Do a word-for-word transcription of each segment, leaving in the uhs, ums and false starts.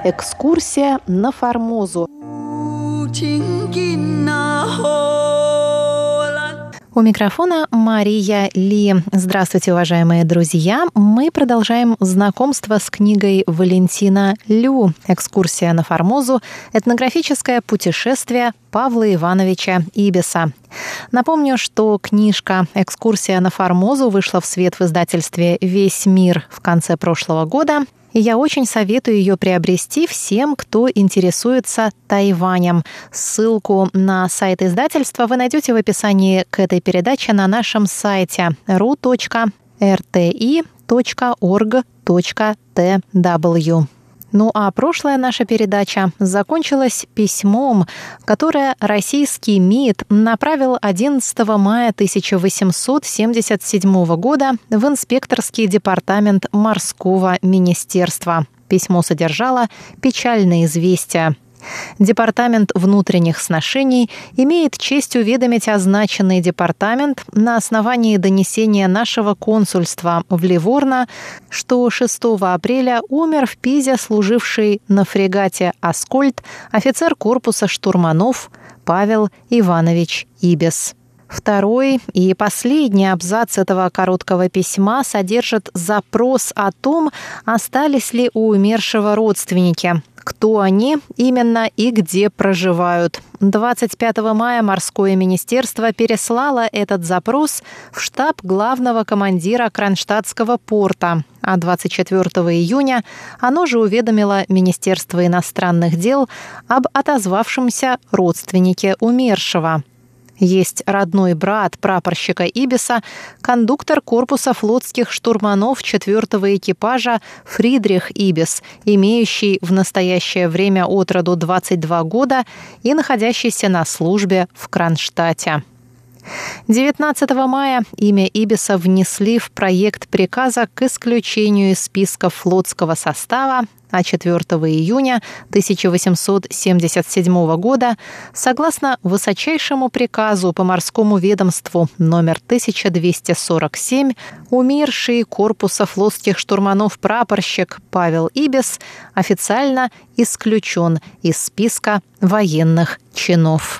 Экскурсия на Формозу. У микрофона Мария Ли. Здравствуйте, уважаемые друзья. Мы продолжаем знакомство с книгой Валентина Лю «Экскурсия на Формозу. Этнографическое путешествие Павла Ивановича Ибиса». Напомню, что книжка «Экскурсия на Формозу» вышла в свет в издательстве «Весь мир» в конце прошлого года. И я очень советую ее приобрести всем, кто интересуется Тайванем. Ссылку на сайт издательства вы найдете в описании к этой передаче на нашем сайте ру точка эр тэ и точка орг точка тэ дабл ю. Ну а прошлая наша передача закончилась письмом, которое российский МИД направил одиннадцатого мая тысяча восемьсот семьдесят седьмого года в инспекторский департамент морского министерства. Письмо содержало печальное известие. Департамент внутренних сношений имеет честь уведомить означенный департамент на основании донесения нашего консульства в Ливорно, что шестого апреля умер в Пизе служивший на фрегате «Аскольд» офицер корпуса штурманов Павел Иванович Ибис. Второй и последний абзац этого короткого письма содержит запрос о том, остались ли у умершего родственники, кто они именно и где проживают. двадцать пятого мая морское министерство переслало этот запрос в штаб главного командира Кронштадтского порта, а двадцать четвёртого июня оно же уведомило Министерство иностранных дел об отозвавшемся родственнике умершего. Есть родной брат прапорщика Ибиса, кондуктор корпуса флотских штурманов четвёртого экипажа Фридрих Ибис, имеющий в настоящее время от роду двадцать два года и находящийся на службе в Кронштадте. девятнадцатого мая имя Ибиса внесли в проект приказа к исключению из списка флотского состава, а четвёртого июня тысяча восемьсот семьдесят седьмого года, согласно высочайшему приказу по морскому ведомству номер тысяча двести сорок семь, умерший корпуса флотских штурманов прапорщик Павел Ибис официально исключен из списка военных чинов.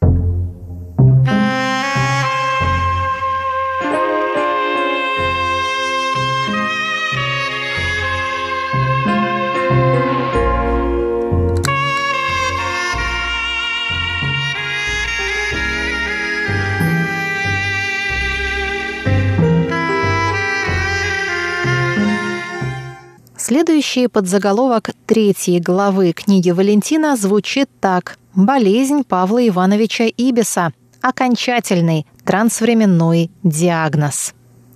Следующий подзаголовок третьей главы книги Валентина звучит так: «Болезнь Павла Ивановича Ибиса. Окончательный трансвременной диагноз».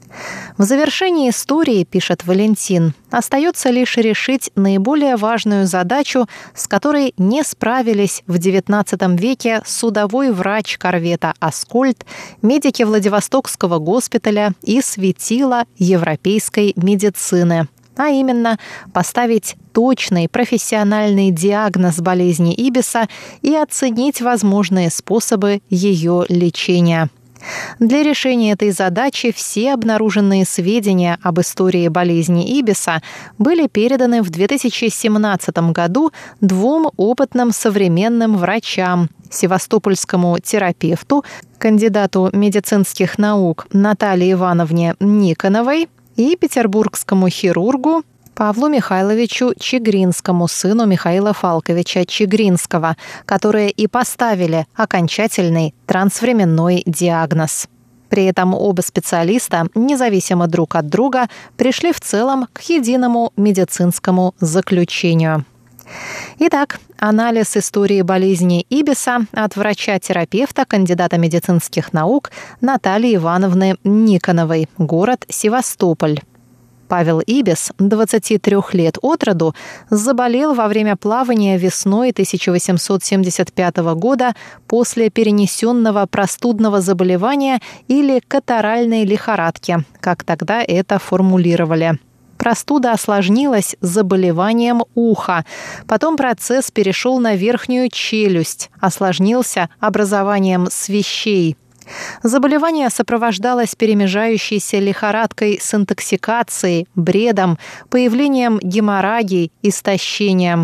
В завершении истории, пишет Валентин, остается лишь решить наиболее важную задачу, с которой не справились в девятнадцатом веке судовой врач корвета «Аскольд», медики Владивостокского госпиталя и светила европейской медицины. А именно, поставить точный профессиональный диагноз болезни Ибиса и оценить возможные способы ее лечения. Для решения этой задачи все обнаруженные сведения об истории болезни Ибиса были переданы в две тысячи семнадцатом году двум опытным современным врачам: севастопольскому терапевту, кандидату медицинских наук Наталье Ивановне Никоновой, и петербургскому хирургу Павлу Михайловичу Чигринскому, сыну Михаила Фалковича Чигринского, которые и поставили окончательный трансвременной диагноз. При этом оба специалиста, независимо друг от друга, пришли в целом к единому медицинскому заключению. Итак, анализ истории болезни Ибиса от врача-терапевта, кандидата медицинских наук Натальи Ивановны Никоновой, город Севастополь. Павел Ибис, двадцати трёх лет от роду, заболел во время плавания весной тысяча восемьсот семьдесят пятого года после перенесенного простудного заболевания или катаральной лихорадки, как тогда это формулировали. Простуда осложнилась заболеванием уха. Потом процесс перешел на верхнюю челюсть, осложнился образованием свищей. Заболевание сопровождалось перемежающейся лихорадкой с интоксикацией, бредом, появлением геморрагий, истощением.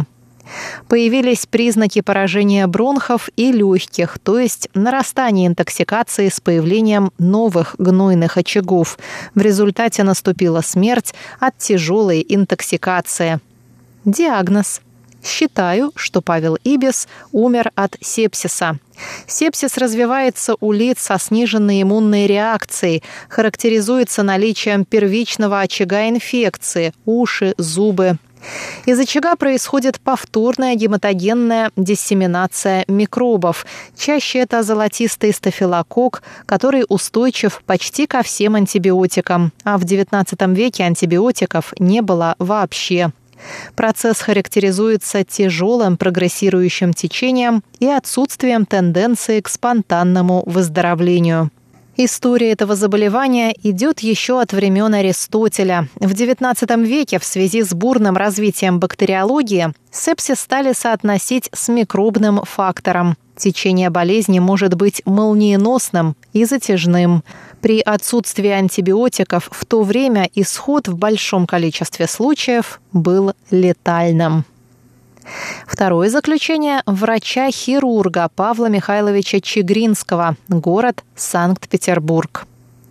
Появились признаки поражения бронхов и легких, то есть нарастание интоксикации с появлением новых гнойных очагов. В результате наступила смерть от тяжелой интоксикации. Диагноз. Считаю, что Павел Ибис умер от сепсиса. Сепсис развивается у лиц со сниженной иммунной реакцией, характеризуется наличием первичного очага инфекции – уши, зубы. Из очага происходит повторная гематогенная диссеминация микробов. Чаще это золотистый стафилококк, который устойчив почти ко всем антибиотикам, а в девятнадцатом веке антибиотиков не было вообще. Процесс характеризуется тяжелым прогрессирующим течением и отсутствием тенденции к спонтанному выздоровлению. История этого заболевания идет еще от времен Аристотеля. В девятнадцатом веке в связи с бурным развитием бактериологии сепсис стали соотносить с микробным фактором. Течение болезни может быть молниеносным и затяжным. При отсутствии антибиотиков в то время исход в большом количестве случаев был летальным. Второе заключение врача-хирурга Павла Михайловича Чигринского, город Санкт-Петербург.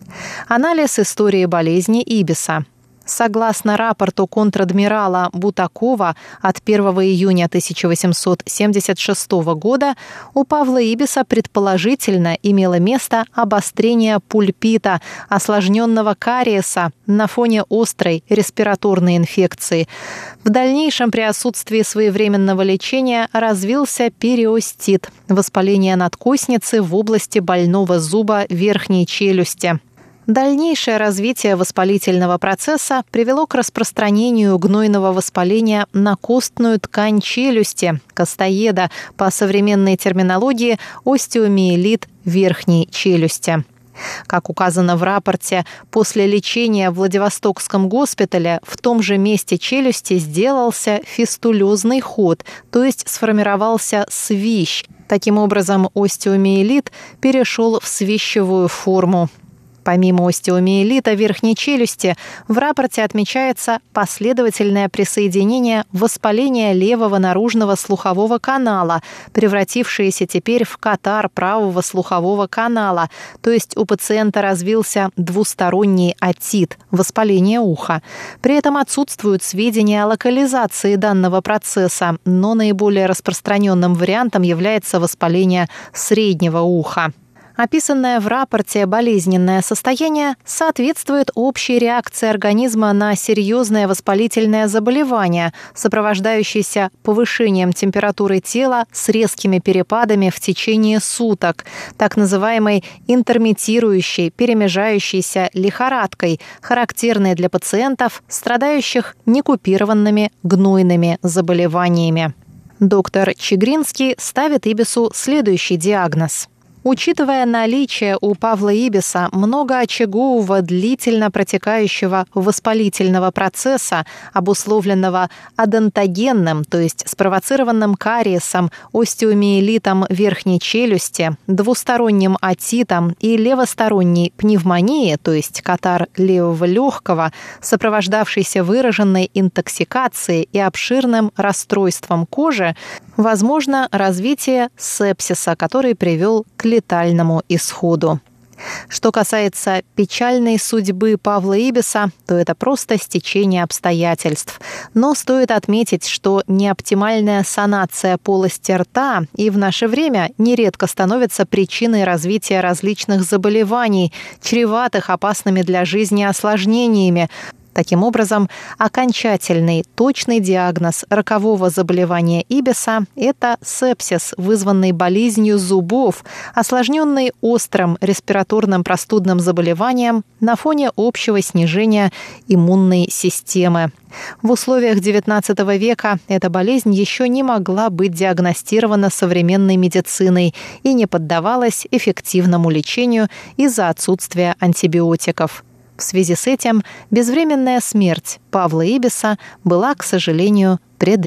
Анализ истории болезни Ибиса. Согласно рапорту контр-адмирала Бутакова от первого июня тысяча восемьсот семьдесят шестого года, у Павла Ибиса предположительно имело место обострение пульпита, осложненного кариеса на фоне острой респираторной инфекции. В дальнейшем при отсутствии своевременного лечения развился периостит – воспаление надкосницы в области больного зуба верхней челюсти. Дальнейшее развитие воспалительного процесса привело к распространению гнойного воспаления на костную ткань челюсти, костоеда, по современной терминологии остеомиелит верхней челюсти. Как указано в рапорте, после лечения в Владивостокском госпитале в том же месте челюсти сделался фистулезный ход, то есть сформировался свищ. Таким образом, остеомиелит перешел в свищевую форму. Помимо остеомиелита верхней челюсти, в рапорте отмечается последовательное присоединение воспаления левого наружного слухового канала, превратившееся теперь в катар правого слухового канала, то есть у пациента развился двусторонний отит, воспаление уха. При этом отсутствуют сведения о локализации данного процесса, но наиболее распространенным вариантом является воспаление среднего уха. Описанное в рапорте болезненное состояние соответствует общей реакции организма на серьезное воспалительное заболевание, сопровождающееся повышением температуры тела с резкими перепадами в течение суток, так называемой интермитирующей, перемежающейся лихорадкой, характерной для пациентов, страдающих некупированными гнойными заболеваниями. Доктор Чигринский ставит Ибису следующий диагноз. Учитывая наличие у Павла Ибиса многоочагового длительно протекающего воспалительного процесса, обусловленного одонтогенным, то есть спровоцированным кариесом, остеомиелитом верхней челюсти, двусторонним отитом и левосторонней пневмонией, то есть катар левого легкого, сопровождавшейся выраженной интоксикацией и обширным расстройством кожи, возможно развитие сепсиса, который привел к летальному исходу. Что касается печальной судьбы Павла Ибиса, то это просто стечение обстоятельств. Но стоит отметить, что неоптимальная санация полости рта и в наше время нередко становится причиной развития различных заболеваний, чреватых опасными для жизни осложнениями. Таким образом, окончательный, точный диагноз рокового заболевания Ибиса – это сепсис, вызванный болезнью зубов, осложненный острым респираторным простудным заболеванием на фоне общего снижения иммунной системы. В условиях девятнадцатого века эта болезнь еще не могла быть диагностирована современной медициной и не поддавалась эффективному лечению из-за отсутствия антибиотиков. В связи с этим безвременная смерть Павла Ибиса была, к сожалению, предрешена.